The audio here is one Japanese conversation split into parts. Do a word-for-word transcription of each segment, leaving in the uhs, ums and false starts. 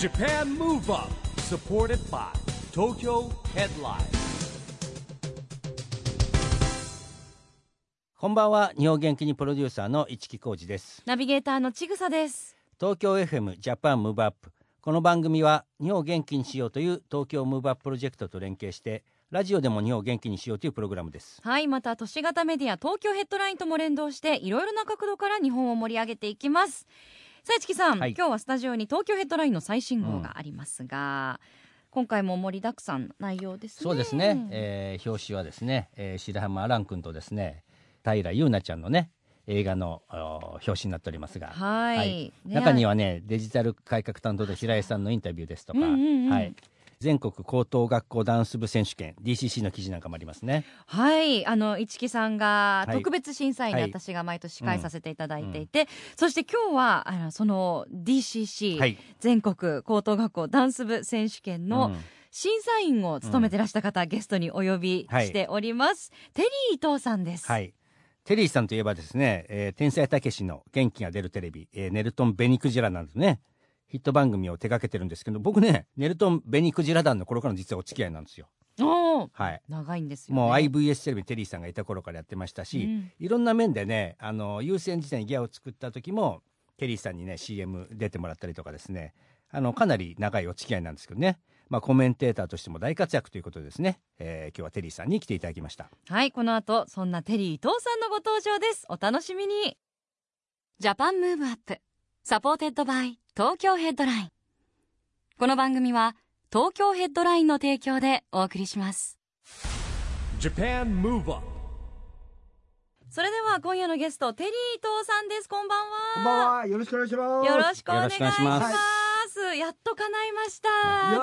Japan Move Up supported by Tokyo Headline。 こんばんは。日本元気にプロデューサーの市木浩司です。 ナビゲーターのちぐさです。 東京 エフエム ジャパンムーブアップ。この番組は日本を元気にしようという東京ムーブアッププロジェクトと連携してラジオでも日本を元気にしようというプログラムです。 はい、また都市型メディア東京ヘッドラインとも連動していろいろな角度から日本を盛り上げていきます。さあ市木さん、はい、今日はスタジオに東京ヘッドラインの最新号がありますが、うん、今回も盛りだくさんの内容ですね。 そうですね、えー、表紙はですね、えー、白浜アラン君とですね平優奈ちゃんのね映画の表紙になっておりますが、 はいはい、 中にはねデジタル改革担当で白井さんのインタビューですとか、うんうんうん、はい、全国高等学校ダンス部選手権 ディーシーシー の記事なんかもありますね。 はい、あの市木さんが特別審査員に私が毎年司会させていただいていて、はいはい、うん、そして今日はあのその ディーシーシー、はい、全国高等学校ダンス部選手権の、うん、審査員を務めてらした方、うん、ゲストにお呼びしております、はい、テリー伊藤さんです。 はい、テリーさんといえばですね、えー、天才たけしの元気が出るテレビ、えー、ネルトン・ベニクジラなんですね、ヒット番組を手掛けてるんですけど、僕ねネルトン・ベニクジラ団の頃から実はお付き合いなんですよ。 お、 はい、 長いんですよね。 もう アイブイエス テレビテリーさんがいた頃からやってましたし、うん、いろんな面でね、あの優先時代にギャを作った時もテリーさんにね シーエム 出てもらったりとかですね、あのかなり長いお付き合いなんですけどね、まあ、コメンテーターとしても大活躍ということでですね、えー、今日はテリーさんに来ていただきました。 はい、この後そんなテリー伊藤さんのご登場です。お楽しみに。ジャパンムーブアップサポーテッドバイ東京ヘッドライン。この番組は東京ヘッドラインの提供でお送りします。 Japan Move Up。 それでは今夜のゲストテリー伊藤さんです。こんばんは。 こんばんは、よろしくお願いします。 よろしくお願いします。 はい、 やっと叶いました。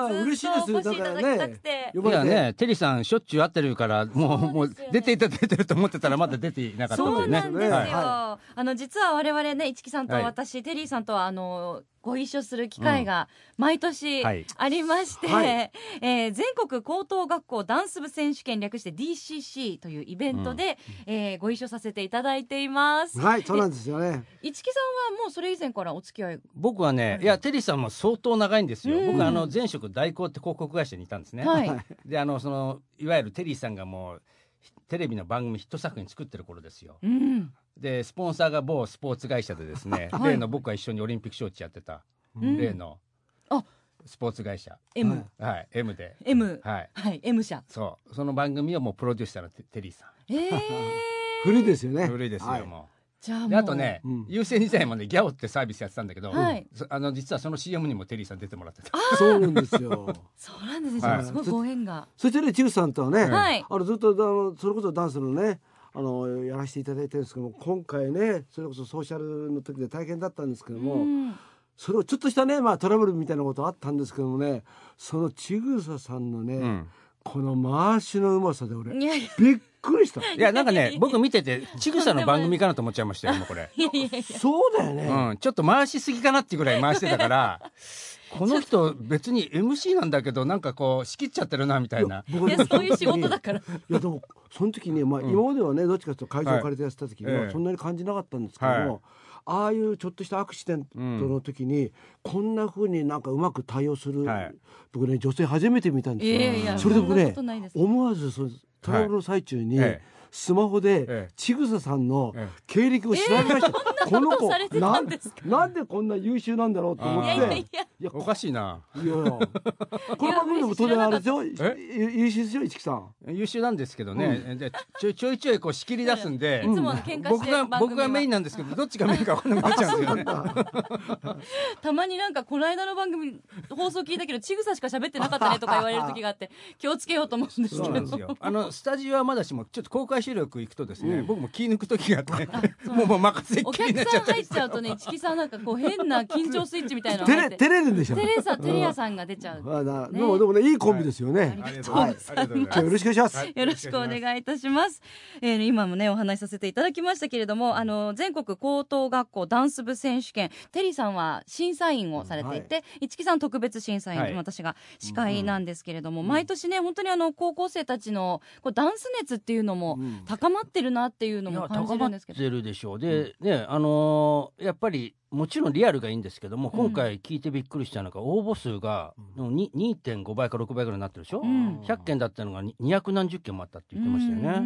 いや嬉しいです。 ずっとお越しいただきたくて、 いやね、テリーさんしょっちゅう会ってるからもう、もう出ていただいてると思ってたらまだ出ていなかったのでね。 そうなんですよ、 はい、 あの実は我々ね市木さんと私、はい、テリーさんとはあのご一緒する機会が毎年ありまして、うん、はい、えー、全国高等学校ダンス部選手権略して ディーシーシー というイベントで、うん、えー、ご一緒させていただいています。 はい、そうなんですよね。 市木さんはもうそれ以前からお付き合い。 僕はね、いやテリーさんも相当長いんですよ、うん、僕はあの前職大光って広告会社にいたんですね、はい、であのそのいわゆるテリーさんがもうテレビの番組ヒット作品作ってる頃ですよ、うん、でスポンサーが某スポーツ会社でですね、はい、例の僕が一緒にオリンピック招致やってた、うん、例のスポーツ会社 M、 はい、M で M、 はいはい、M 社、 そうその番組をもうプロデュースしたのテテリーさん、 えー、 古いですよね。 古いですよ、はい、もうじゃあもうであとね、うん、優先時代もねギャオってサービスやってたんだけど、 はい、 あの実はその シーエム にもテリーさん出てもらってた。 そうなんですよ。 そうなんですよ、はい、すごいご縁が。 そしてねチグさんとはね、 はい、 あのずっとあのそれこそダンスのねあのやらせていただいてるんですけども、今回ねそれこそソーシャルの時で大変だったんですけども、うん、それをちょっとしたね、まあ、トラブルみたいなことあったんですけどもね、そのちぐささんのね、うん、この回しのうまさで俺びっくりした。 いやなんかね僕見ててちぐさの番組かなと思っちゃいましたよもうこれ。 いやいやいやそうだよね、 うん、ちょっと回しすぎかなっていうぐらい回してたからこの人別に エムシー なんだけどなんかこう仕切っちゃってるなみたいな。 いや、いやそういう仕事だから。いやでもその時に、まあ、今まではねどっちかというと会場を借りてやってた時にはそんなに感じなかったんですけども、はい、ああいうちょっとしたアクシデントの時に、うん、こんな風になんかうまく対応する、はい、僕ね女性初めて見たんですよ。 いやいや、 それで僕ね思わずそのトラブルの最中に、はい、スマホでちぐささんの経歴を調べました、ええ、この子なんなんでこんな優秀なんだろうと思って。 いやいやいやいやおかしいな。 いやこの番組でも当然あれでしょ、優秀ですよ市木さん。 優秀なんですけどね、うん、でちょいちょいちょいこう仕切り出すんで、 いつも喧嘩して僕が僕がメインなんですけどどっちがメインか分からなくなっちゃうんですよね。 たまになんかこの間の番組放送聞いたけどちぐさしか喋ってなかったねとか言われる時があって気をつけようと思うんですけど。 そうなんですよ。あのスタジオはまだしもちょっと公開収録行くとですね、うん、僕も気抜く時があってもうもう任せっきりになっちゃったりして。 お客さん入っちゃうとね市木さんなんかこう変な緊張スイッチみたいなのが入って照れるんでしょ。 テレサテレヤさんが出ちゃう、 うんね、でもでもねいいコンビですよね。 ありがとうございます。 よろしくお願いします。 よろしくお願いいたします。えー、今もねお話しさせていただきましたけれども、あの全国高等学校ダンス部選手権テリーさんは審査員をされていて、はい、市木さん特別審査員、はい、私が司会なんですけれども、うん、毎年ね本当にあの高校生たちのこうダンス熱っていうのも高まってるなっていうのも感じるんですけど。 高まってるでしょう。で、うん、ねあのー、やっぱりもちろんリアルがいいんですけども、今回聞いてびっくりりしたのが応募数がに にてんご 倍かろくばいぐらいになってるでしょ、うん、ひゃっけんだったのがにひゃくなんじゅっけんもあったって言ってましたよね。うん、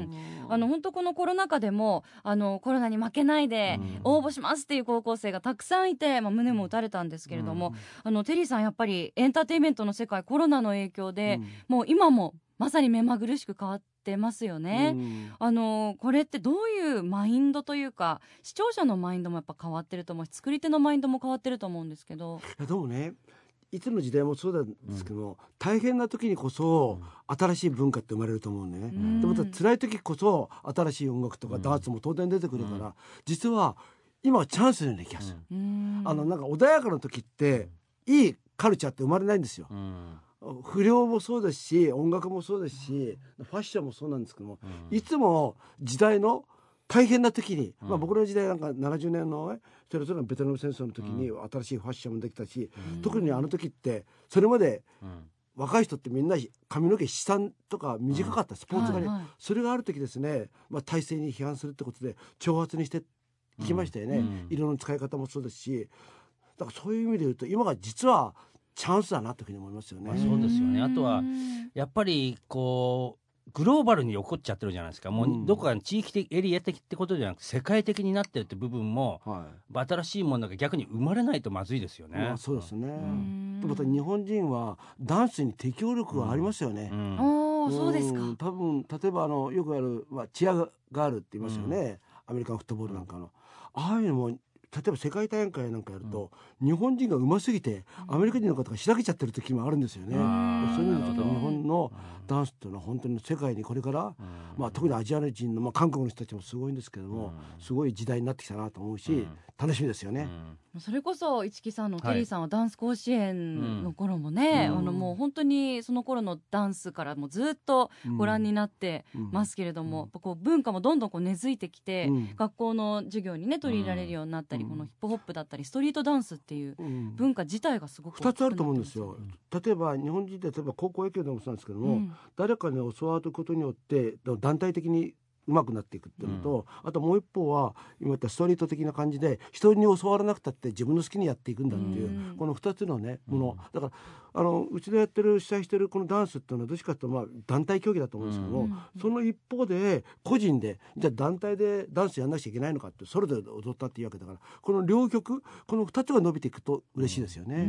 あの本当このコロナ禍でもあのコロナに負けないで応募しますっていう高校生がたくさんいて、まあ、胸も打たれたんですけれども、うん、あのテリーさんやっぱりエンターテインメントの世界コロナの影響で、うん、もう今もまさに目まぐるしく変わってますよね、うん、あのこれってどういうマインドというか視聴者のマインドもやっぱ変わってると思うし作り手のマインドも変わってると思うんですけど。 いやでもねいつの時代もそうなんですけども、うん、大変な時にこそ新しい文化って生まれると思うね、うん、でまた辛い時こそ新しい音楽とかダーツも当然出てくるから、うん、実は今はチャンスのような気がする、うん、あのなんか穏やかな時っていいカルチャーって生まれないんですよ、うん、不良もそうですし音楽もそうですしファッションもそうなんですけども、うん、いつも時代の大変な時に、うんまあ、僕の時代なんかななじゅうねんのそれぞれのベトナム戦争の時に新しいファッションもできたし、うん、特にあの時ってそれまで若い人ってみんな髪の毛下とか短かった、うん、スポーツ狩り、はいはい、それがある時ですね、まあ、体制に批判するってことで挑発にしていきましたよね、うん、色の使い方もそうですしだからそういう意味で言うと今が実はチャンスだなというふうに思いますよね。 まあ、そうですよね。あとはやっぱりこうグローバルに起こっちゃってるじゃないですか。もうどこかの地域的エリア的ってことじゃなくて世界的になってるって部分も、はい、新しいものが逆に生まれないとまずいですよね。 まあ、そうですね。でまた日本人はダンスに適応力がありますよね。 うんうん、そうですか。 多分例えばあのよくある、まあ、チアガールって言いますよね、うん、アメリカンフットボールなんかのああいうのも例えば世界大会なんかやると、うん、日本人が上手すぎてアメリカ人の方がしらけちゃってる時もあるんですよね。そういう意味で日本のダンスっていうのは本当に世界にこれから、まあ、特にアジア人の、まあ、韓国の人たちもすごいんですけども、すごい時代になってきたなと思うし、楽しみですよね。 それこそ市木さんのテリーさんはダンス甲子園の頃もね、はい、あのもう本当にその頃のダンスからもずっとご覧になってますけれども、うんうん、こう文化もどんどんこう根付いてきて、うん、学校の授業にね取り入れられるようになったり、うん、このヒップホップだったりストリートダンスっていう文化自体がすごくふたつあると思うんですよ。例えば日本人って例えば高校野球でもそうなんですけども、うん、誰かに教わることによって団体的に上手くなっていくっていうのと、うん、あともう一方は今言ったストリート的な感じで人に教わらなくたって自分の好きにやっていくんだっていう、うん、このふたつのねもの、だからあのうちでやってる主催してるこのダンスっていうのはどっちかというとまあ団体競技だと思うんですけども、うん、その一方で個人でじゃあ団体でダンスやんなくちゃいけないのかってそれぞれ踊ったっていうわけだからこの両極このふたつが伸びていくと嬉しいですよね。うん、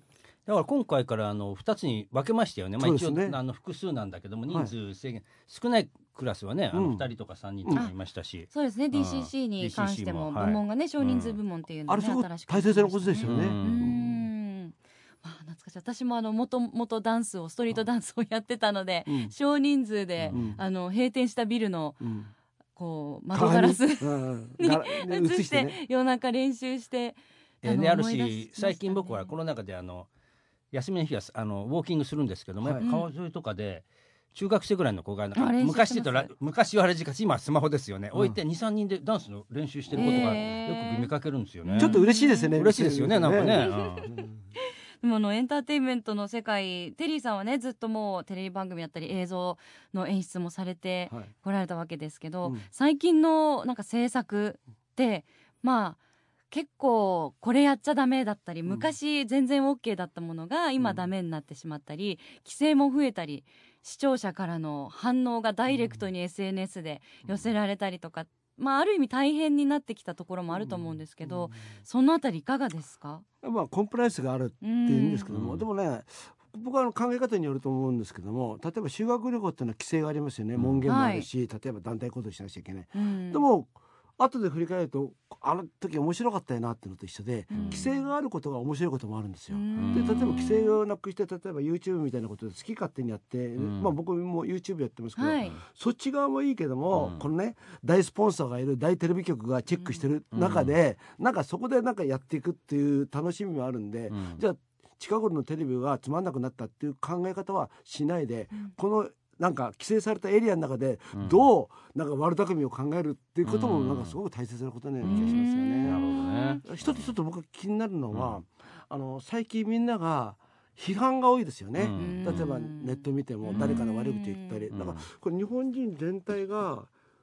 だから今回からあのふたつに分けましたよね。まあ、一応、ね、あの複数なんだけども人数制限、はい、少ないクラスはねあのふたりとかさんにんとかいましたし、うん、 そうですね ディーシーシー に関しても部門がね、はい、少人数部門っていうのね、 うん、あれすごい大切なことですよね。うんうんまあ、懐かしい。私もあの元々ダンスをストリートダンスをやってたので、うん、少人数で、うん、あの閉店したビルの、うんこう窓ガラスに映して夜中練習して、 えーね、あるし最近僕はこの中であの休みの日はあのウォーキングするんですけども、はい、川沿いとかで中学生ぐらいの子がなんか昔と昔はあれ時間今はスマホですよね、うん、置いて にさんにんでダンスの練習してることがよく見かけるんですよね。 ちょっと嬉しいですね。 嬉しいですよねなんかね。 でもあのエンターテインメントの世界テリーさんはねずっともうテレビ番組やったり映像の演出もされてこられたわけですけど、はいうん、最近のなんか制作ってまあ結構これやっちゃダメだったり昔全然 OK だったものが今ダメになってしまったり規制も増えたり視聴者からの反応がダイレクトに エスエヌエス で寄せられたりとか、まあ、ある意味大変になってきたところもあると思うんですけど、そのあたりいかがですか？ まあ、コンプライアンスがあるって言うんですけども、でもね僕はあの考え方によると思うんですけども、例えば修学旅行っていうのは規制がありますよね。門限もあるし、はい、例えば団体行動しなくちゃいけない、でも後で振り返るとあの時面白かったよなっていうのと一緒で、うん、規制があることが面白いこともあるんですよ。で例えば規制をなくして例えば YouTube みたいなことで好き勝手にやって、うんまあ、僕も YouTube やってますけど、はい、そっち側もいいけども、うん、このね大スポンサーがいる大テレビ局がチェックしてる中で、うん、なんかそこでなんかやっていくっていう楽しみもあるんで、うん、じゃあ近頃のテレビがつまんなくなったっていう考え方はしないで、うん、このなんか規制されたエリアの中でどうなんか悪巧みを考えるっていうこともなんかすごく大切なことのような気がしますよね。なるほどね。一つちょっと僕が気になるのは、うん、あの最近みんなが批判が多いですよね。例えばネット見ても誰かの悪口言ったり、だからこれ日本人全体が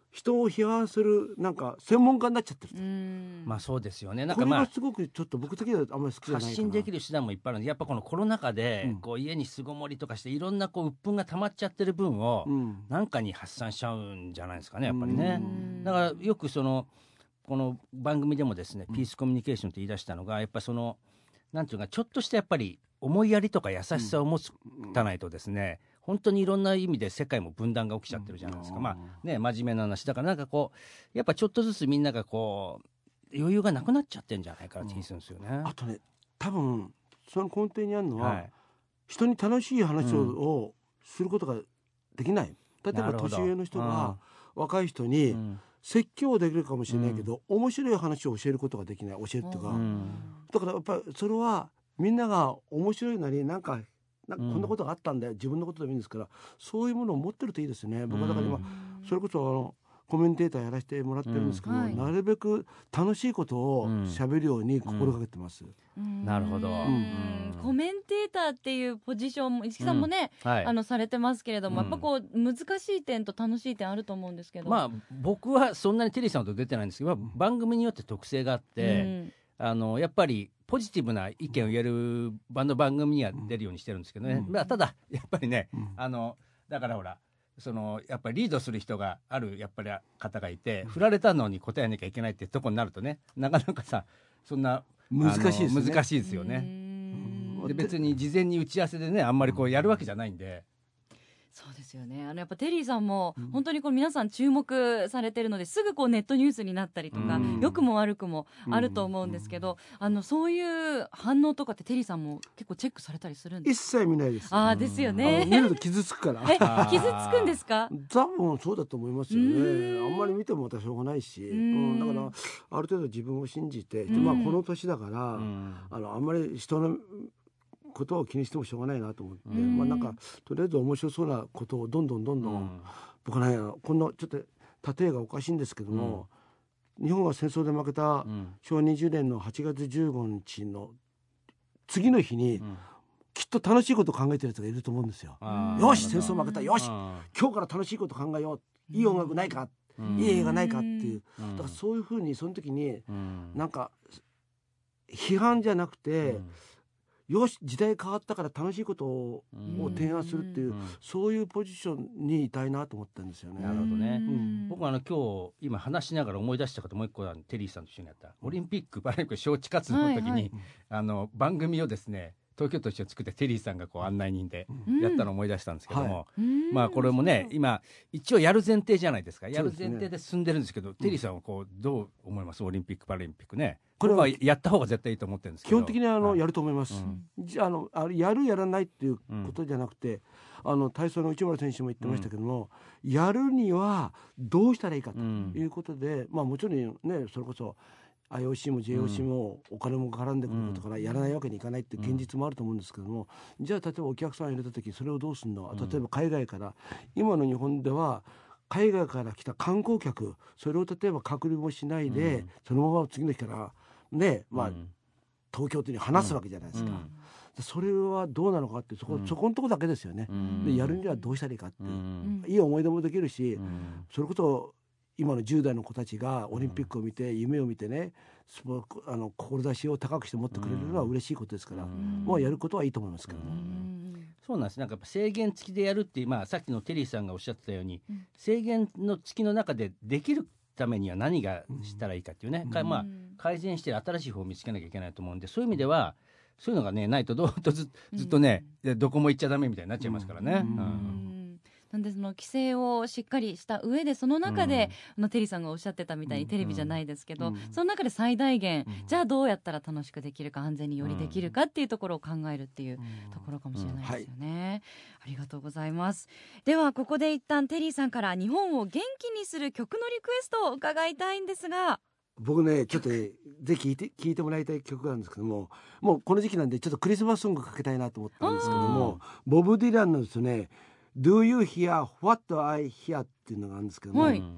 人を批判するなんか専門家になっちゃってる。 まあそうですよね。なんこれかまあがすごくちょっと僕的にはあんまり好きじゃないかな。 発信できる手段もいっぱいあるんで、やっぱこのコロナ禍でうんこう家に巣ごもりとかしていろんなこう鬱憤が溜まっちゃってる分をうんなんかに発散しちゃうんじゃないですかね、やっぱりねう。んだからよくそのこの番組でもですね、ピースコミュニケーションって言い出したのが、やっぱそのなんていうかちょっとしたやっぱり思いやりとか優しさを持たないとですね、本当にいろんな意味で世界も分断が起きちゃってるじゃないですか。 うんまあね、真面目な話だからなんかこうやっぱちょっとずつみんながこう余裕がなくなっちゃってんじゃないかなって気がするんですよね。 あとね、多分その根底にあるのは、 はい、 人に楽しい話を,、 うんをすることができない。例えばなるほど年上の人が若い人にうん説教はできるかもしれないけど、面白い話を教えることができない。教えるっていうか、 うんだからやっぱりそれはみんなが面白いなりなんかなんかこんなことがあったんだよ、自分のことでもいいんですから、そういうものを持ってるといいですね。僕はだから今、それこそあのコメンテーターやらせてもらってるんですけど、 うんはいなるべく楽しいことを喋るように心がけてます。 なるほど、 うんうんコメンテーターっていうポジションも石木さんもね、 はい、 あのされてますけれども、 うんやっぱこう難しい点と楽しい点あると思うんですけど、 まあ僕はそんなにテリーさんと出てないんですけど、まあ番組によって特性があって、 うんあのやっぱりポジティブな意見を言えるバンド番組には出るようにしてるんですけどね、 うんまあ、ただやっぱりね、 うんあのだからほらそのやっぱりリードする人があるやっぱり方がいて、振られたのに答えなきゃいけないってとこになるとね、なかなかさそんな難しいですねあの難しいですようね。 んで別に事前に打ち合わせでねあんまりこうやるわけじゃないんで、 そうですよね。あのやっぱテリーさんもうん本当にこう皆さん注目されてるので、すぐこうネットニュースになったりとか、 うん良くも悪くもあると思うんですけど、あのそういう反応とかってテリーさんも結構チェックされたりするんで一すか？ 切見ないです。 ああですよあのね。 見ると傷つくから。 えあー傷つくんですか？ 多分そうだと思いますようね。 ーんあんまり見てもまたしょうがないし、 ううんん、だからある程度自分を信じて、 うんまあこの年だから、 うんあのあんまり人のことを気にしてもしょうがないなと思って、 うんまあなんかとりあえず面白そうなことをどんどんどんどん、 うん僕ねこんなちょっと例えがおかしいんですけども、日本が戦争で負けたうんしょわにじゅうねんのはちがつじゅうごにちの次の日に、 うんきっと楽しいことを考えてる人がいると思うんですよ。 あーよし戦争負けた、よしあ今日から楽しいこと考えよう、いい音楽ないか、 ーうんいい映画ないかっていう、 うんだからそういうふうにその時にうんなんか批判じゃなくて、 うんよし時代変わったから楽しいことをうんを提案するっていう、 うんそういうポジションにいたいなと思ったんですよね。 なるほどねうん僕はあの今日今話しながら思い出したこともう一個あのテリーさんと一緒にやったオリンピック・パラリンピック招致活動の時に、 はいはいあの番組をですね東京都と一緒に作ってテリーさんがこう案内人でうんやったのを思い出したんですけども、 うんまあこれもね今一応やる前提じゃないですか。やるそうですね前提で進んでるんですけど、テリーさんはこうどう思います？オリンピック・パラリンピックね。 これはこれはやった方が絶対いいと思ってるんですけど。 基本的にあの、 はいやると思います。じゃああのあれやるやらないっていうことじゃなくて、あの体操の内村選手も言ってましたけども、やるにはどうしたらいいかとうんいうことで、まあもちろんねそれこそ アイオーシー も ジェイオーシー もお金も絡んでくることからやらないわけにいかないっていう現実もあると思うんですけども、じゃあ例えばお客さんを入れた時それをどうするの、 うん例えば海外から今の日本では海外から来た観光客それを例えば隔離もしないで、 うんそのまま次の日からねまあ、 うん東京というに話すわけじゃないですか、 うんでそれはどうなのかってそこ、 うんそこのとこだけですよね、 うんでやるにはどうしたらいいかって、 うんいい思い出もできるし、 うんそれこそ今のじゅう代の子たちがオリンピックを見て夢を見てねスポあの志を高くして持ってくれるのは嬉しいことですから、 うんもうやることはいいと思いますけども、 そうなんです。なんかやっぱ制限付きでやるっていう、まあ、さっきのテリーさんがおっしゃってたように、 うん制限の付きの中でできるためには何がしたらいいかっていうね、 うんかまあ、改善して新しい方を見つけなきゃいけないと思うんで、そういう意味ではそういうのがねないとどうと ず, ずっとね、でどこも行っちゃダメみたいになっちゃいますからね。 うんうんうんなんでその規制をしっかりした上でその中で、あのテリーさんがおっしゃってたみたいにテレビじゃないですけど、 うんその中で最大限、 うんじゃあどうやったら楽しくできるか安全によりできるかっていうところを考えるっていうところかもしれないですよね、ありがとうございます。ではここで一旦テリーさんから日本を元気にする曲のリクエストを伺いたいんですが、 僕ねちょっとねぜひ聞いて聞いてもらいたい曲があるんですけども、もうこの時期なんでちょっとクリスマスソングかけたいなと思ったんですけども、ボブ・ディランのですね Do you hear what I hear っていうのがあるんですけども、 はいうん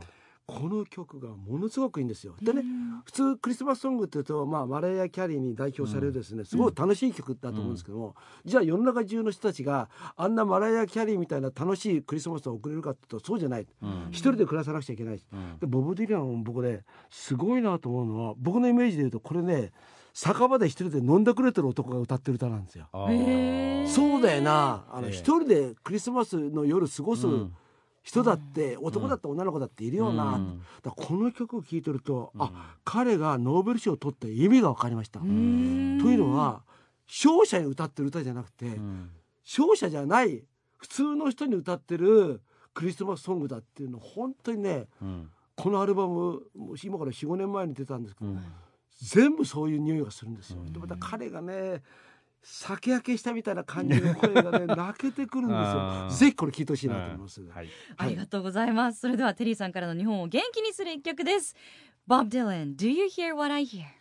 この曲がものすごくいいんですよ。でね、普通クリスマスソングっていうと、まあ、マライア・キャリーに代表されるですね、すごい楽しい曲だと思うんですけども、じゃあ世の中中の人たちがあんなマライア・キャリーみたいな楽しいクリスマスを送れるかっていうとそうじゃない、一人で暮らさなくちゃいけない、でボブ・ディランも僕ねすごいなと思うのは、僕のイメージで言うとこれね、酒場で一人で飲んでくれてる男が歌ってる歌なんですよ。そうだよな、あの一人でクリスマスの夜過ごす人だって、うん、男だって女の子だっているよな、うん、だこの曲を聴いてると、うん、あ、彼がノーベル賞を取った意味が分かりました。というのは勝者に歌ってる歌じゃなくて、うん、勝者じゃない普通の人に歌ってるクリスマスソングだっていうの本当にね、うん、このアルバム今から よん,ご 年前に出たんですけど、うん、全部そういう匂いがするんですよ。うん、でまた彼がね酒焼けしたみたいな感じの声がね泣けてくるんですよ。ぜひこれ聞いてほしいなと思います、はい、 ありがとうございます。それではテリーさんからの日本を元気にする一曲です。 Bob Dylan Do You Hear What I Hear。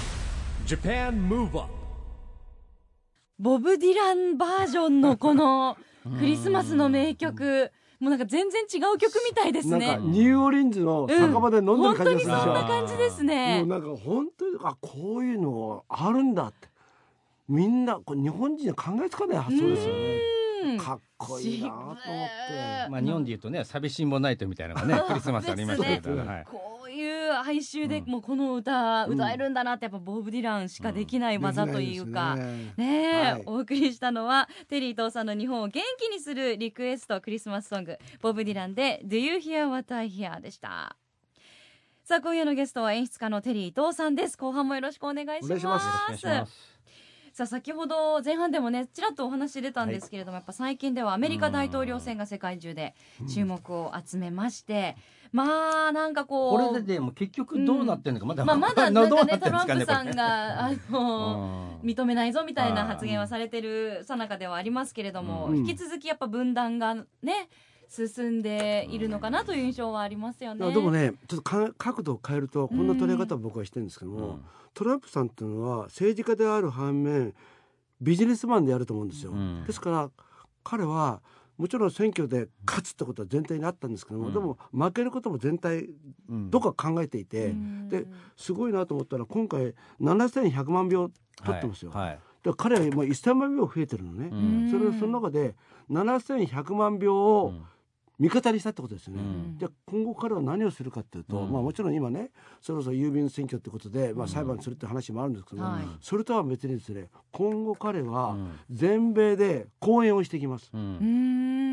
Japan Move Up。 ボブ・ディランバージョンのこのクリスマスの名曲もうなんか全然違う曲みたいですね。 なんかニューオリンズの酒場で飲んでる感じがするでしょ、うん、本当にそんな感じですね。 もうなんか本当にあこういうのあるんだってみんなこれ日本人は考えつかない発想ですよね。かっこいいなと思って、 まあ、日本でいうとね寂しんぼナイトみたいなのがねクリスマスありましたけど、ね、はい、 こういう哀愁でもうこの歌、うん、歌えるんだなってやっぱボブ・ディランしかできない技というか、うん、ねえ、はい、お送りしたのはテリー伊藤さんの日本を元気にするリクエストクリスマスソングボブ・ディランで Do You Hear What I Hear でした。さあ今夜のゲストは演出家のテリー伊藤さんです。後半もよろしくお願いします。お願いします。さあ先ほど前半でもねちらっとお話出たんですけれども、はい、やっぱ最近ではアメリカ大統領選が世界中で注目を集めまして、うん、まあなんかこうこれででも結局どうなってるのか、うん、まだまあ、まだなんかねトランプさんがあの認めないぞみたいな発言はされてるさなかではありますけれども、うん、引き続きやっぱ分断がね進んでいるのかなという印象はありますよね。 でもねちょっとか角度を変えるとこんな捉え方を僕はしてるんですけども、うん、トランプさんっていうのは政治家である反面ビジネスマンであると思うんですよ、うん、ですから彼はもちろん選挙で勝つってことは前提にあったんですけども、うん、でも負けることも全体どっか考えていて、うん、ですごいなと思ったら今回ななせんひゃくまんひょう取ってますよ、はいはい、で彼はもうせんまんひょう増えてるのね、うん、それはその中でななせんひゃくまんひょうを味方にしたってことですね、うん、じゃあ今後彼は何をするかっていうと、うん、まあ、もちろん今ねそろそろ郵便選挙ってことで、まあ、裁判するって話もあるんですけど、うん、それとは別にですね今後彼は全米で講演をしてきます、うん、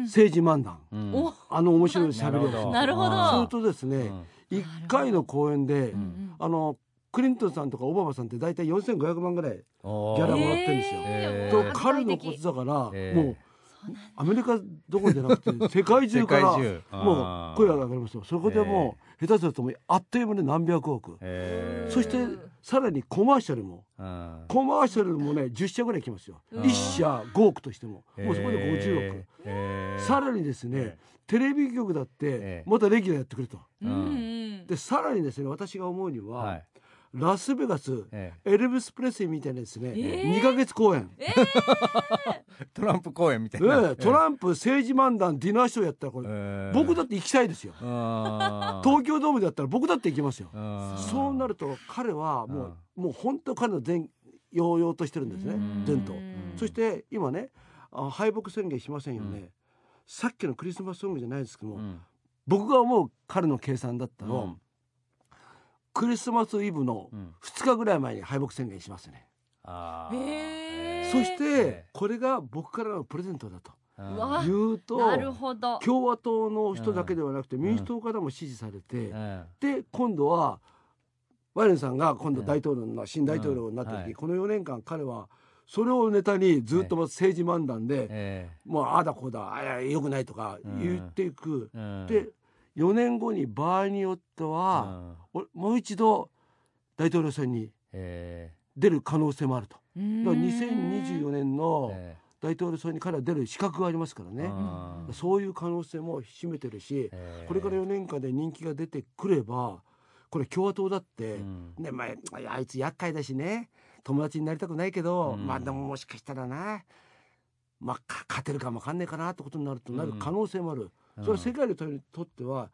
政治漫談、うん、あの面白いしゃべりをなるほど。 それとですね、うん、いっかいの講演で、うん、あのクリントンさんとかオバマさんって大体よんせんごひゃくまんぐらいギャラもらってるんですよ、えー、と彼のことだから、えー、もうアメリカどころじゃなくて世界中からもう声が上がりますよ。そこでもう下手するともうあっという間に何百億、そしてさらにコマーシャルもコマーシャルもねじゅっしゃぐらい来ますよ。いっしゃごおくとしてももうそこでごじゅうおく、さらにですねテレビ局だってまたレギュラーやってくれと、でさらにですね私が思うには、はい、ラスベガス、ええ、エルビス・プレスリーみたいなですね、えー、にかげつ公演、えー、 トランプ公演みたいな、えー、トランプ政治漫談ディナーショーやったらこれ、えー、僕だって行きたいですよ。東京ドームでやったら僕だって行きますよ。そうなると彼はもう、もう本当彼の全揚々としてるんですね、全と。そして今ねあ敗北宣言しませんよね、うん、さっきのクリスマスソングじゃないですけども、うん、僕が思う彼の計算だったの、うんクリスマスイブのふつかぐらい前に敗北宣言しますね、うん、あそしてこれが僕からのプレゼントだと言うと、 なるほど共和党の人だけではなくて民主党からも支持されて、うん、で今度はバイデンさんが今度大統領の新大統領になった時、うんはい、このよねんかん彼はそれをネタにずっと政治漫談で、えー、もうああだこうだあやよくないとか言っていく、うん、でよねんごに場合によっては、うん、もう一度大統領選に出る可能性もあると。だからにせんにじゅうよねんの大統領選に彼は出る資格がありますからね、うん、そういう可能性も秘めてるし、これからよねんかんで人気が出てくればこれ共和党だって、うんねまあ、あいつ厄介だしね友達になりたくないけど、うん、まあでももしかしたらな、まあ、勝てるかもわかんないかなってことになるとなる可能性もある、うん、それは世界にとっては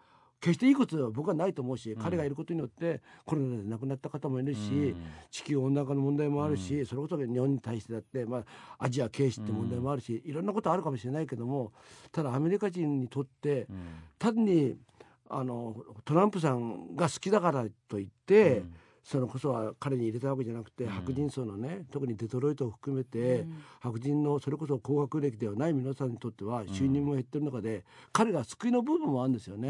決していいことは僕はないと思うし、うん、彼がいることによってコロナで亡くなった方もいるし、うん、地球温暖化の問題もあるし、うん、それこそ日本に対してだって、まあ、アジア軽視って問題もあるし、うん、いろんなことあるかもしれないけども、ただアメリカ人にとって、うん、単にあのトランプさんが好きだからといって、うん、それこそは彼に入れたわけじゃなくて、うん、白人層のね、特にデトロイトを含めて、うん、白人のそれこそ高学歴ではない皆さんにとっては収入も減ってる中で、うん、彼が救いの部分もあるんですよね、うん、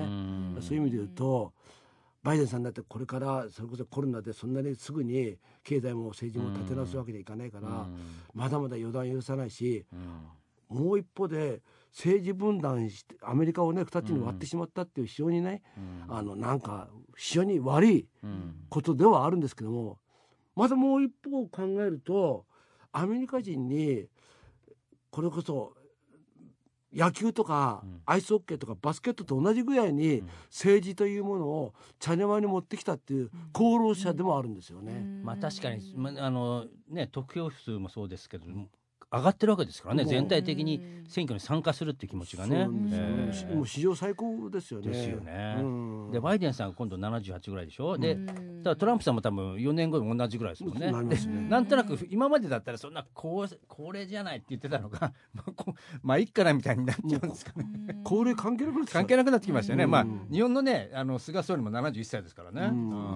そういう意味で言うとバイデンさんだってこれからそれこそコロナでそんなにすぐに経済も政治も立て直すわけにはいかないから、うん、まだまだ予断許さないし、うん、もう一方で政治分断してアメリカをねふたつに割ってしまったっていう非常にね、うん、あのなんか非常に悪いことではあるんですけども、またもう一方を考えるとアメリカ人にこれこそ野球とかアイスホッケーとかバスケットと同じぐらいに政治というものを茶の間に持ってきたっていう功労者でもあるんですよね。 うんうん、まあ確かに、まあのね、得票数もそうですけど上がってるわけですからね、全体的に選挙に参加するっていう気持ちがね、 えー、もう史上最高ですよね。 ですよね。でバイデンさん今度ななじゅうはちぐらいでしょ。でただトランプさんも多分よねんごに同じぐらいですもんね。なりますね。なんとなく今までだったらそんな高齢じゃないって言ってたのがまあいっかなみたいになっちゃうんですかね。 高齢関係なくなって関係なくなってきましたよね。まあ日本のねあの菅総理もななじゅういっさいですからね。うんうん、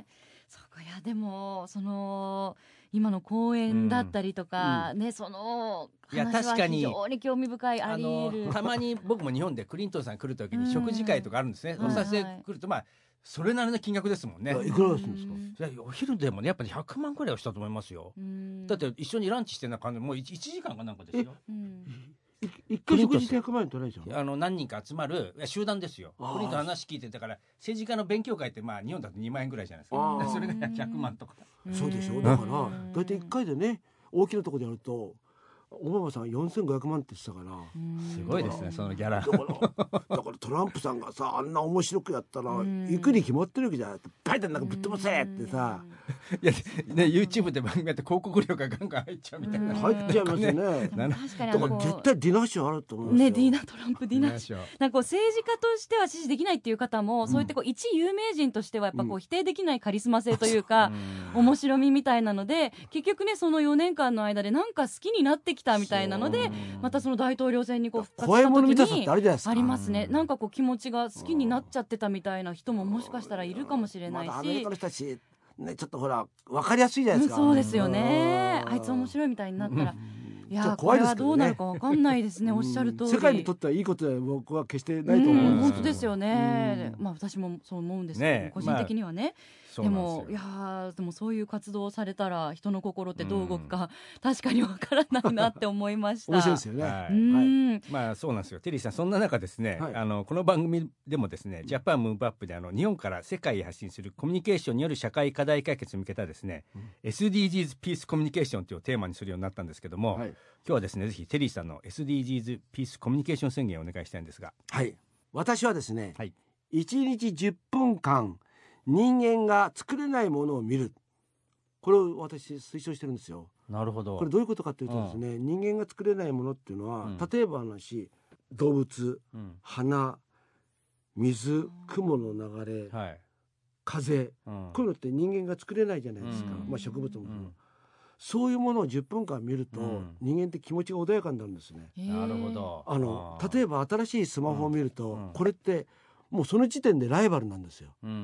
そうか。いやでもその今の公演だったりとか、うん、ね、その話は非常に興味深い。あり得る。 たまに僕も日本でクリントンさん来るときに食事会とかあるんですね。おさせ来るとまあそれなりの金額ですもんね。 いくらするんですか。 お昼でもねやっぱりひゃくまんくらいはしたと思いますよ。だって一緒にランチしてな感じもう いち, いちじかんかなんかですよ。 一回食事でひゃくまんえん取られちゃう。 あの何人か集まる集団ですよ。クリントン話聞いてたから政治家の勉強会ってまあ日本だとにまんえんぐらいじゃないですか。それがひゃくまんとか。 そうでしょ。だから大体いっかいでね大きなところでやるとオバマさんよんせんごひゃくまんって言ってたから。 すごいですねそのギャラ。 だからだからトランプさんがさあんな面白くやったら行くに決まってるわけじゃない。バイデンなんかぶっ飛ばせってさ。 いやね YouTube で番組やって広告料がガンガン入っちゃうみたいな。 入っちゃいますよね。 確かにだから絶対ディナーショーあると思うんですよ。 ねディナートランプディナーショー。なんかこう政治家としては支持できないっていう方も、うん、そういってこう一有名人としてはやっぱこう否定できないカリスマ性というか、うん、面白みみたいなので結局ねそのよねんかんの間でなんか好きになってきたみたいなのでまたその大統領選にこう復活した時に あ, ありますね。なんかこう気持ちが好きになっちゃってたみたいな人ももしかしたらいるかもしれないし、ま、 アメリカの人たちねちょっとほら分かりやすいじゃないですか、 うん、そうですよね。あいつ面白いみたいになったら、うん、いやこれはどうなるか分かんないですね。おっしゃる通り世界にとってはいいことは僕は決してないと思うんです。 本当ですよね。まあ私もそう思うんですけど、ね、個人的にはね、まあ、でもいやでもそういう活動をされたら人の心ってどう動くか、うん、確かにわからないなって思いました。 面白いですよね。はいはい、まあそうなんですよ。テリーさんそんな中ですね、はい、あのこの番組でもですねジャパンムーブアップであの日本から世界へ発信するコミュニケーションによる社会課題解決に向けたですね、うん、エスディージーズ ピースコミュニケーションというテーマにするようになったんですけども、はい、今日はですねぜひテリーさんの エスディージーズ ピースコミュニケーション宣言をお願いしたいんですが。 はい、私はですね、はい、いちにちじゅっぷんかん人間が作れないものを見る、これを私推奨してるんですよ。 なるほど。 これどういうことかというとですね、うん、人間が作れないものっていうのは、うん、例えば話動物、うん、花、水、雲の流れ、はい、風、うん、こういうのって人間が作れないじゃないですか、うんまあ、植物も、うん、そういうものをじゅっぷんかん見ると、うん、人間って気持ちが穏やかになるんですね。 なるほど。 あの例えば新しいスマホを見ると、うん、これってもうその時点でライバルなんですよ、うん、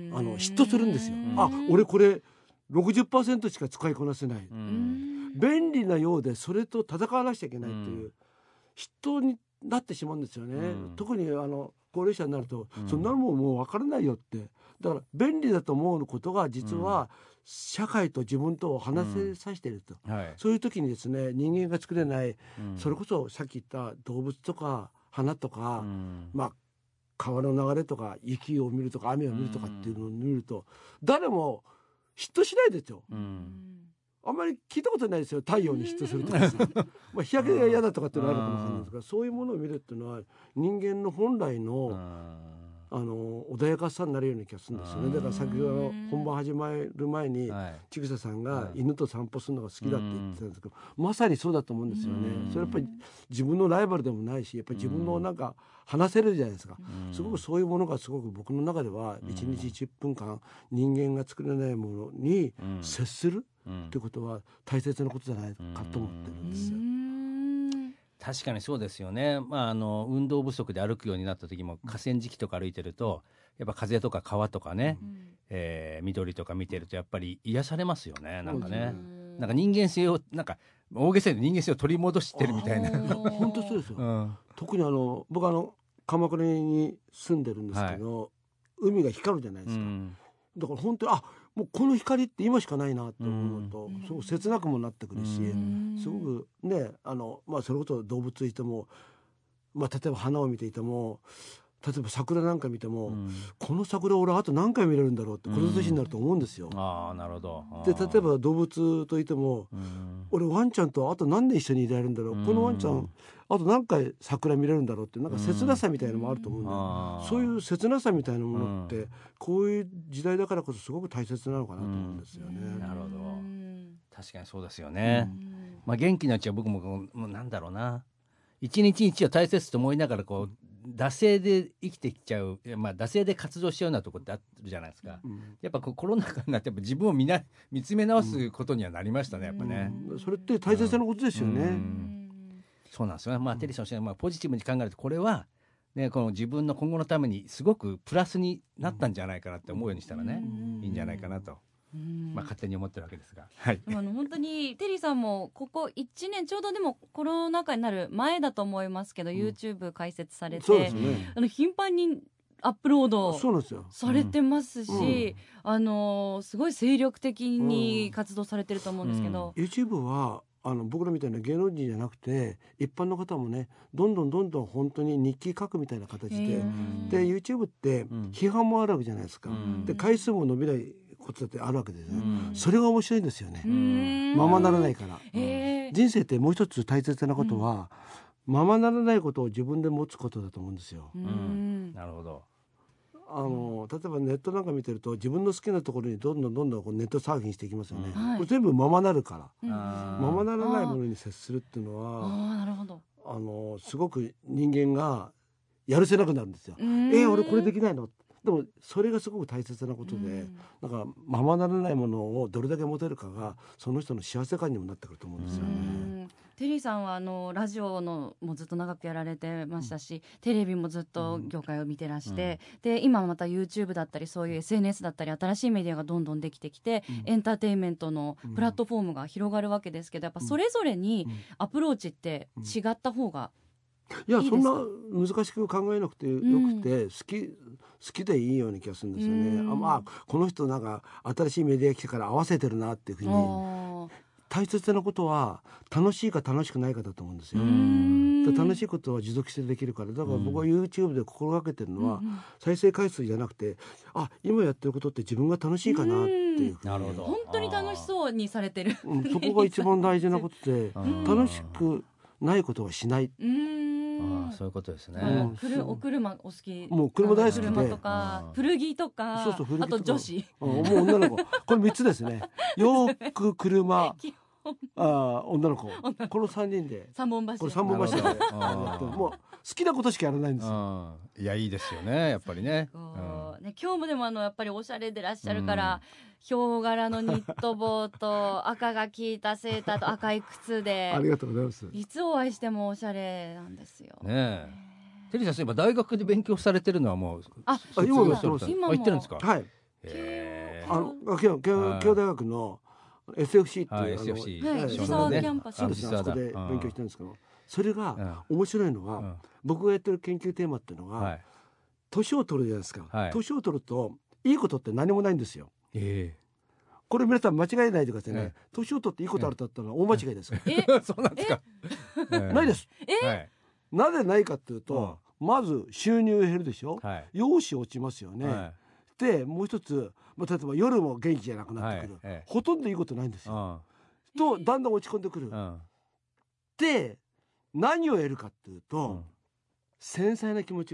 あの嫉妬するんですよ。あ、俺これ ろくじゅっパーセント しか使いこなせない、うん、便利なようでそれと戦わなきゃいけないという、うん、嫉妬になってしまうんですよね、うん、特にあの高齢者になると、うん、そんなのももう分からないよって。だから便利だと思うことが実は社会と自分とを話せさせていると、うんはい、そういう時にですね人間が作れない、うん、それこそさっき言った動物とか花とか、うん、まあ川の流れとか雪を見るとか雨を見るとかっていうのを見ると、うん、誰も嫉妬しないですよ、うん、あんまり聞いたことないですよ太陽に嫉妬するとかまあ日焼けが嫌だとかっていうのはあるかもしれないですが、そういうものを見るっていうのは人間の本来の、 あの穏やかさになるような気がするんですよね。だから先ほどの本番始まる前に、はい、千草さんが犬と散歩するのが好きだって言ってたんですけど、まさにそうだと思うんですよね。それやっぱり自分のライバルでもないし、やっぱり自分のなんか話せるじゃないですか。すごくそういうものがすごく僕の中ではいちにちいっぷんかん人間が作れないものに接するってことは大切なことじゃないかと思ってるんですよ。 確かにそうですよね。まあ、あの運動不足で歩くようになった時も河川敷とか歩いてるとやっぱ風とか川とかね、うんえー、緑とか見てるとやっぱり癒されますよね。なんかね、なんか人間性をなんか大げさに人間性を取り戻してるみたいな。 本当そうですよ、うん、特にあの僕あの鎌倉に住んでるんですけど、はい、海が光るじゃないですか、うん、だから本当にあもうこの光って今しかないなって思うと、うん、すごく切なくもなってくるし、うん、すごくねあの、まあ、それこそ動物いても、まあ、例えば花を見ていても例えば桜なんか見ても、うん、この桜俺あと何回見れるんだろうってこの年になると思うんですよ、 うん、ああなるほど。 で例えば動物といても、うん、俺ワンちゃんとあと何年一緒にいられるんだろう、うん、このワンちゃんあと何回桜見れるんだろうってなんか切なさみたいなのもあると思うんだよ、うん、そういう切なさみたいなものって、うん、こういう時代だからこそすごく大切なのかなと思うんですよね、 うん、なるほど。確かにそうですよね、うんまあ、元気なうちは僕ももうなんだろうな一日一日を大切と思いながらこう惰性で生きてきちゃう、まあ、惰性で活動しちゃうようなところってあるじゃないですか、うん、やっぱこうコロナ禍になってやっぱ自分を見な見つめ直すことにはなりましたね、やっぱね、 うん、それって大切なことですよね、うんうん、 そうなんですよね。まあテリーさんおっしゃる、まあ、ポジティブに考えるとこれは、ね、この自分の今後のためにすごくプラスになったんじゃないかなって思うようにしたらね、うん、いいんじゃないかなとまあ、勝手に思ってるわけですが、はい、 あの本当にテリーさんもここいちねんちょうどでもコロナ禍になる前だと思いますけど、うん、YouTube 開設されて、ね、あの頻繁にアップロードされてますし、うん、あのすごい精力的に活動されてると思うんですけど、 うん、YouTube はあの僕らみたいな芸能人じゃなくて一般の方もねどんどんどんどん本当に日記書くみたいな形で、で YouTube って批判もあるわけじゃないですか、うん、で回数も伸びないことだってあるわけですね、うん、それが面白いんですよね、ままならないから、えー、人生ってもう一つ大切なことは、うん、ままならないことを自分で持つことだと思うんですよ、 うん、なるほど。 あの例えばネットなんか見てると自分の好きなところにどんどんどんどんこうネットサーフィンしていきますよね、うん、これ全部ままなるから、うん、ままならないものに接するっていうのは あ, なるほどあのすごく人間がやるせなくなるんですよ。えー、俺これできないの。でもそれがすごく大切なことで、うん、なんかままならないものをどれだけ持てるかがその人の幸せ感にもなってくると思うんですよね。うん、 テリーさんはあのラジオのもずっと長くやられてましたし、うん、テレビもずっと業界を見てらして、うん、で今また YouTube だったりそういう エスエヌエス だったり新しいメディアがどんどんできてきて、うん、エンターテインメントのプラットフォームが広がるわけですけど、やっぱそれぞれにアプローチって違った方がいやいいそんな難しく考えなくてよくて、うん、好き好きでいいような気がするんですよね。あ、まあ、この人なんか新しいメディア来てから合わせてるなっていうふうに。大切なことは楽しいか楽しくないかだと思うんですよ。で楽しいことは持続してできるから、だから僕は YouTube で心がけてるのは、うん、再生回数じゃなくて、あ今やってることって自分が楽しいかなっていうふうに。 なるほど。 本当に楽しそうにされてる、 うん、そこが一番大事なことで楽しくないことはしない。 ああそういうことですね、 うん、お車お好き、 もう車大好きで、 車とか古着とか、そうそう古着とか、あと女子、 もう女の子これみっつですね。洋服、車あ女の子このさんにんで三本柱、 これ三本柱でもう好きなことしかやらないんですよ。 いやいいですよねやっぱりね。うん、 ね今日もでもあのやっぱりおしゃれでらっしゃるから、うん、ヒョウ柄のニット帽と赤が効いたセーターと赤い靴でありがとうございます。 いつお会いしてもおしゃれなんですよね。テリーさんそういえば大学で勉強されてるのはもうあ今もやってます。 今も行ってるんですか。 はい。あの京京大学のエスエフシー っていう、 エスエフシー、藤沢キャンパス、 あそこで勉強してるんですけど、それが面白いのは、僕がやってる研究テーマっていうのが年を取るじゃないですか。年を取るといいことって何もないんですよ。これ皆さん間違えないでくださいね。年を取っていいことあるとったのは大間違いです。 えそうなんですか。 ないです。なぜないかっていうと、まず収入減るでしょ。容姿落ちますよね。でもう一つ、まあ、例えば夜も元気じゃなくなってくる、はいええ、ほとんどいいことないんですよ、うん、とだんだん落ち込んでくる、うん、で何を得るかっていうと、うん、繊細な気持ちが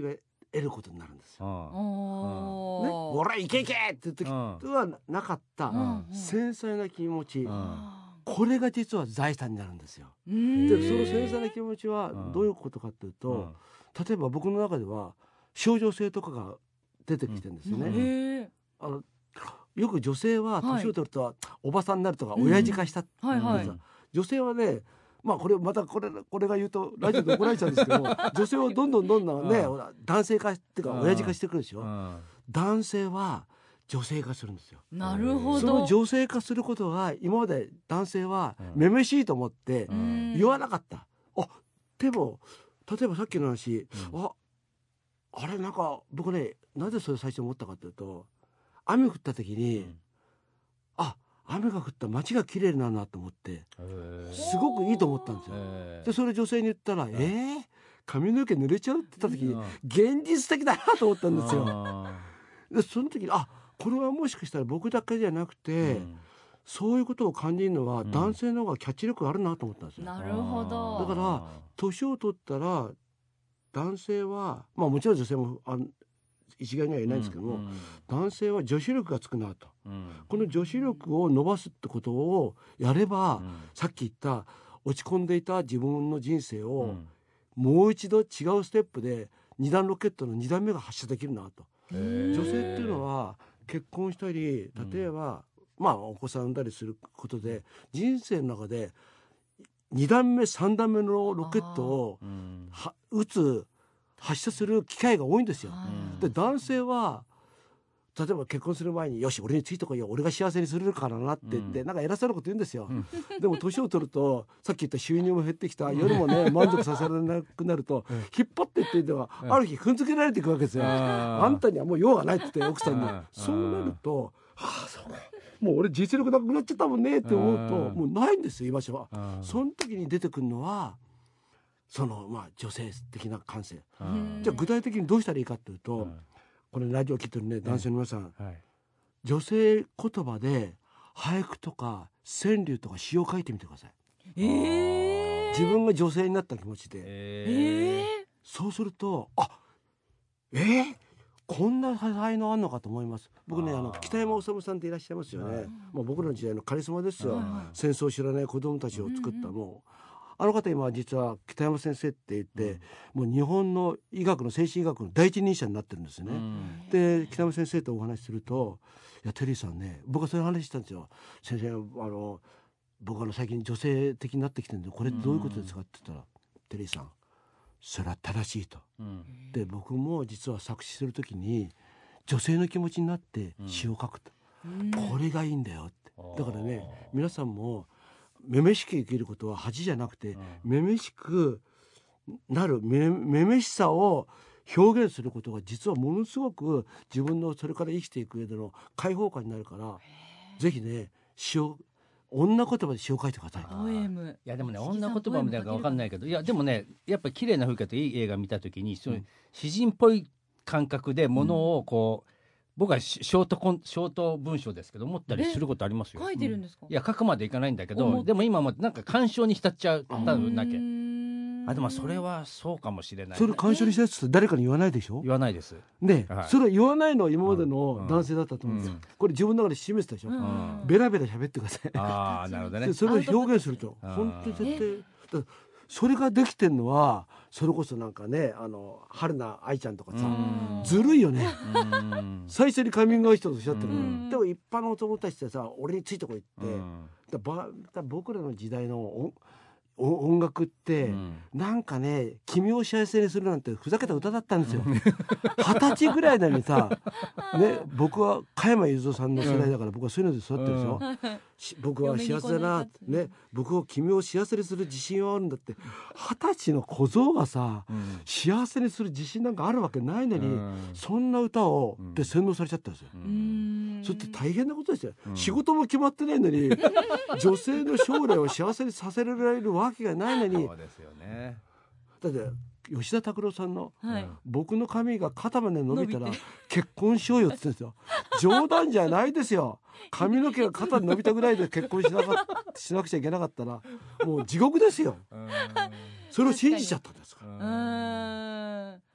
得ることになるんですよ。 おね、 ー俺いけいけっていう時はなかったうん繊細な気持ち、 うんこれが実は財産になるんですよ。 うーんでその繊細な気持ちはどういうことかというと、 うん例えば僕の中では症状性とかが出てきてるんですよね。 うんへーあのよく女性ははい年を取るとおばさんになるとかうん親父化したってはいはいさ女性はね、まあこれまたこれこれが言うとラジオで怒られちゃうんですけども女性はどんどんどんどんね、 うん男性化っていうかうん親父化してくるでしょ、 うん男性は女性化するんですよ。 なるほそのど女性化することは今まで男性はうんめめしいと思ってうん言わなかった、あでも例えばさっきの話、 うんああれなんか僕ねなぜそれ最初思ったかというと雨降った時に、 うんあ雨が降った街が綺麗になるなと思ってへーすごくいいと思ったんですよ。 へーでそれ女性に言ったら「えー、髪の毛濡れちゃう?」って言った時にうん現実的だなと思ったんですよ。 あでその時にあこれはもしかしたら僕だけじゃなくーて、 うんそういうことを感じるのはうん男性の方がキャッチ力あるなと思ったんですよ。 なるほどだから年を取ったら男性はまあもちろん女性もあ一概には言えないんですけども、 うん男性は女子力がつくなと。 うんこの女子力を伸ばすってことをやれば、 うんさっき言った落ち込んでいた自分の人生うをんもう一度違うステップで二段ロケットの二段目が発射できるなと。 へー女性っていうのは結婚したり例えば、まあお子さん産んだりすることで人生の中でに段目さん段目のロケットをうんは撃つ発射する機会が多いんですよ。 はいで男性は例えば結婚する前に「よし俺についてこいよ俺が幸せにするからな」って言って、 うんなんか偉そうなこと言うんですよ。 うんでも年を取るとさっき言った収入も減ってきた夜もね満足させられなくなると、 うん引っ張っていってでは、 うんある日踏んづけられていくわけですよ。 あーあんたにはもう用がないって言って奥さんにうんそうなると「はあそうかもう俺実力なくなっちゃったもんね」って思うとうんもうないんですよ居場所は。 うんその時に出てくるのはそのまあ女性的な感性。 うんじゃあ具体的にどうしたらいいかというと、 うんこれラジオ聞いてるね男性の皆さん、 はい女性言葉で俳句とか川柳とか詩を書いてみてください。 えー自分が女性になった気持ちで、 ええそうするとあえー、こんな才能あんのかと思います。僕ねあーあの北山治さんっていらっしゃいますよね、 はいもう僕らの時代のカリスマですよ、 はい戦争を知らない子供たちを作った、 うんうんもうあの方今実は北山先生って言って、もう日本の医学の精神医学の第一人者になってるんですね、 うんで北山先生とお話しすると「いやテリーさんね僕はそういう話したんですよ。先生あの僕はあの最近女性的になってきてるんでこれどういうことですか?」って言ったら「テリーさんそれは正しい」と。 うんで僕も実は作詞するときに女性の気持ちになって詩を書くと、これがいいんだよって。だからね皆さんもめめしく生きることは恥じゃなくて、めめしくなるめめめしさを表現することが実はものすごく自分のそれから生きていく上での解放感になるからぜひね詩を女言葉で詩を書いてください。 ポエムいやでもね女言葉みたいなのか分かんないけどいやでもねやっぱり綺麗な風景といい映画見た時にそういう詩人っぽい感覚でものをこう、僕はシショートコンショート文章ですけど思ったりすることありますよ。 書いてるんですかいや書くまでいかないんだけ思っどでも今もなんか感傷に浸っちゃう多分なきゃうーんあでもそれはそうかもしれないそれ感傷にしたやつって誰かに言わないでしょ言わないです。 ね、 はいそれは言わないのは今までの男性だったと思うんですよ、 うんこれ自分の中で示したでしょ、 うんんベラベラ喋ってくださいああなるほどねで。それを表現するとアウトプット本当に絶対だそれができてんのはそれこそなんかねあの春菜愛ちゃんとかさ、 うんずるいよねうん最初にカミングアウトとおっしゃってるの、 うんでも一般の男たちってさ俺についてこいって、 うんだばだ僕らの時代のおお音楽って、 うんなんかね君を幸せにするなんてふざけた歌だったんですよ二十歳ぐらいなのにさ、ね、僕は加山雄三さんの世代だから僕はそういうので育ってるでしょ、し僕は幸せだな、ね、僕を君を幸せにする自信はあるんだって二十歳の小僧がさうん幸せにする自信なんかあるわけないのに、 うんそんな歌をうんで洗脳されちゃったんですよ、 ううんんそれって大変なことですよ、 うん仕事も決まってないのに女性の将来を幸せにさせられるわけがないのにそうですよね。 だって吉田拓郎さんのはい僕の髪が肩まで伸びたら伸びて結婚しようよって言ってるんですよ冗談じゃないですよ髪の毛が肩に伸びたぐらいで結婚しなかっしなくちゃいけなかったらもう地獄ですようんそれを信じちゃったんですからうーん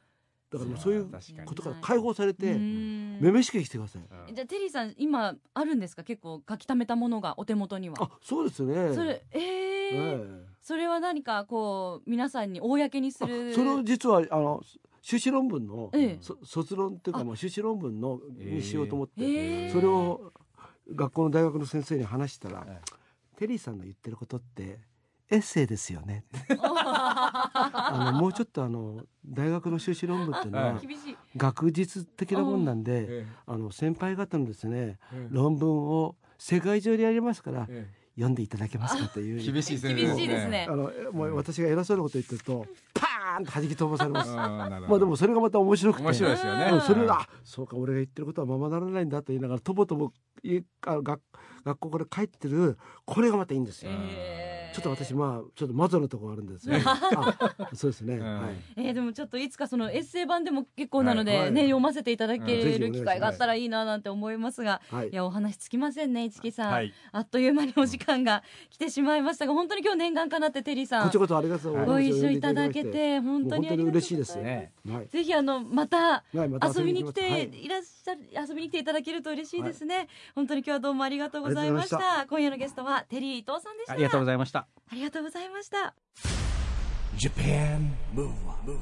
だからもうそういうことから解放されてめめしく生きてください。 うん、じゃあテリーさん今あるんですか、結構書き溜めたものがお手元には。 あ、そうですね。 それえーえー、それは何かこう皆さんに公にする。 それを実はあの修士論文の、ええ、卒論っていうかもう修士論文のにしようと思って、えー、それを学校の大学の先生に話したら、えー、テリーさんの言ってることってエッセイですよねあのもうちょっとあの大学の修士論文っていうのは学術的なもんなんで、あの先輩方のですね、論文を世界中でやりますから、読んでいただけますかという厳しい先生厳しいですね。 あのもう私が偉そうなこと言ってるとパーンと弾き飛ばされますまあでもそれがまた面白くて面白いですよね。 それがそうか俺が言ってることはままならないんだと言いながらとぼとぼあ学学校から帰ってるこれがまたいいんですよ。えーちょっと私まあちょっとマゾのところがあるんですねあそうですね、うんはいえー、でもちょっといつかそのエッセイ版でも結構なので、はいね、読ませていただける機会があったらいいななんて思いますが、はい、いやお話つきませんね市木さん、はい、あっという間にお時間が来てしまいましたが、本当に今日念願かなってテリーさんこちらこそありがとうございます。 ご一緒いただけて本当にありがとうございます。 嬉しいですね、はい、 ぜひあのまた遊びに来ていらっしゃる、はい、遊びに来ていただけると嬉しいですね、はい、本当に今日はどうもありがとうございました。今夜のゲストはテリー伊藤さんでした。 ありがとうございました。 ありがとうございました。 Japan Move Up。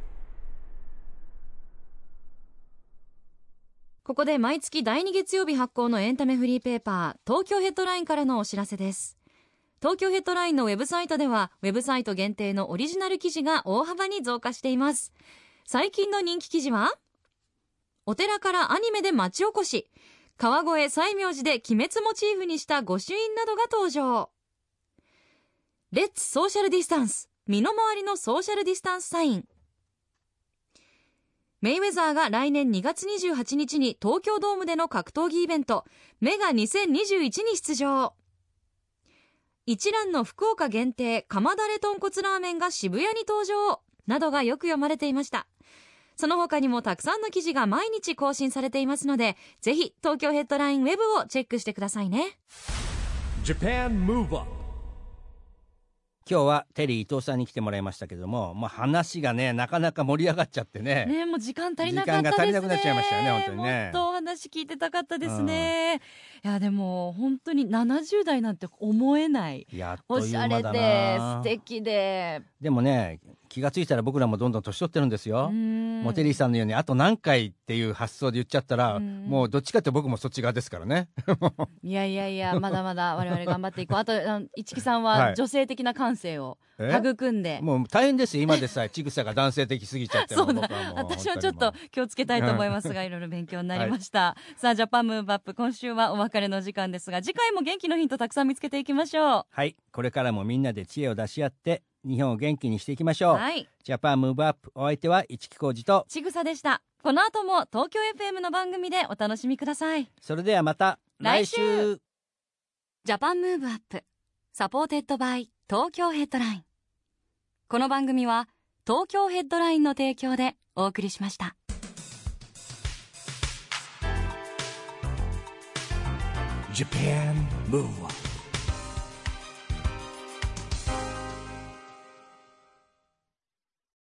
ここで毎月だいに月曜日発行のエンタメフリーペーパー東京ヘッドラインからのお知らせです。東京ヘッドラインのウェブサイトではウェブサイト限定のオリジナル記事が大幅に増加しています。最近の人気記事はお寺からアニメで町おこし、川越西明寺で鬼滅モチーフにした御朱印などが登場。レッツソーシャルディスタンス、身の回りのソーシャルディスタンスサイン。メイウェザーが来年にがつにじゅうはちにちに東京ドームでの格闘技イベントメガにせんにじゅういちに出場。一蘭の福岡限定釜だれ豚骨ラーメンが渋谷に登場などがよく読まれていました。その他にもたくさんの記事が毎日更新されていますので、ぜひ東京ヘッドラインウェブをチェックしてくださいね。 Japan Move Up。 今日はテリー伊藤さんに来てもらいましたけども、まあ、話がねなかなか盛り上がっちゃってねねもう時間足りなかったですね。 時間が足りなくなっちゃいましたよね本当にね。 もっとお話聞いてたかったですね、うん、いやでも本当にななじゅう代なんて思えない。 やっという間だな。 おしゃれで素敵で、 でもね気がついたら僕らもどんどん年取ってるんですよ。もうテリーさんのようにあと何回っていう発想で言っちゃったらもうどっちかって僕もそっち側ですからねいやいやいやまだまだ我々頑張っていこう。あと市木さんは女性的な感性を育んで、はい、 もう大変ですよ今でさえちぐさが男性的すぎちゃってそうだ私はちょっと気をつけたいと思いますがいろいろ勉強になりました、はい、さあジャパンムーブアップ今週はお別れの時間ですが、次回も元気のヒントたくさん見つけていきましょう。 はい、これからもみんなで知恵を出し合って日本を元気にしていきましょう、はい、ジャパンムーブアップお相手は市木浩二とちぐさでした。この後も東京 エフエム の番組でお楽しみください。 それではまた来週。来週ジャパンムーブアップサポーテッドバイ東京ヘッドライン。この番組は東京ヘッドラインの提供でお送りしました。 Japan Move Up。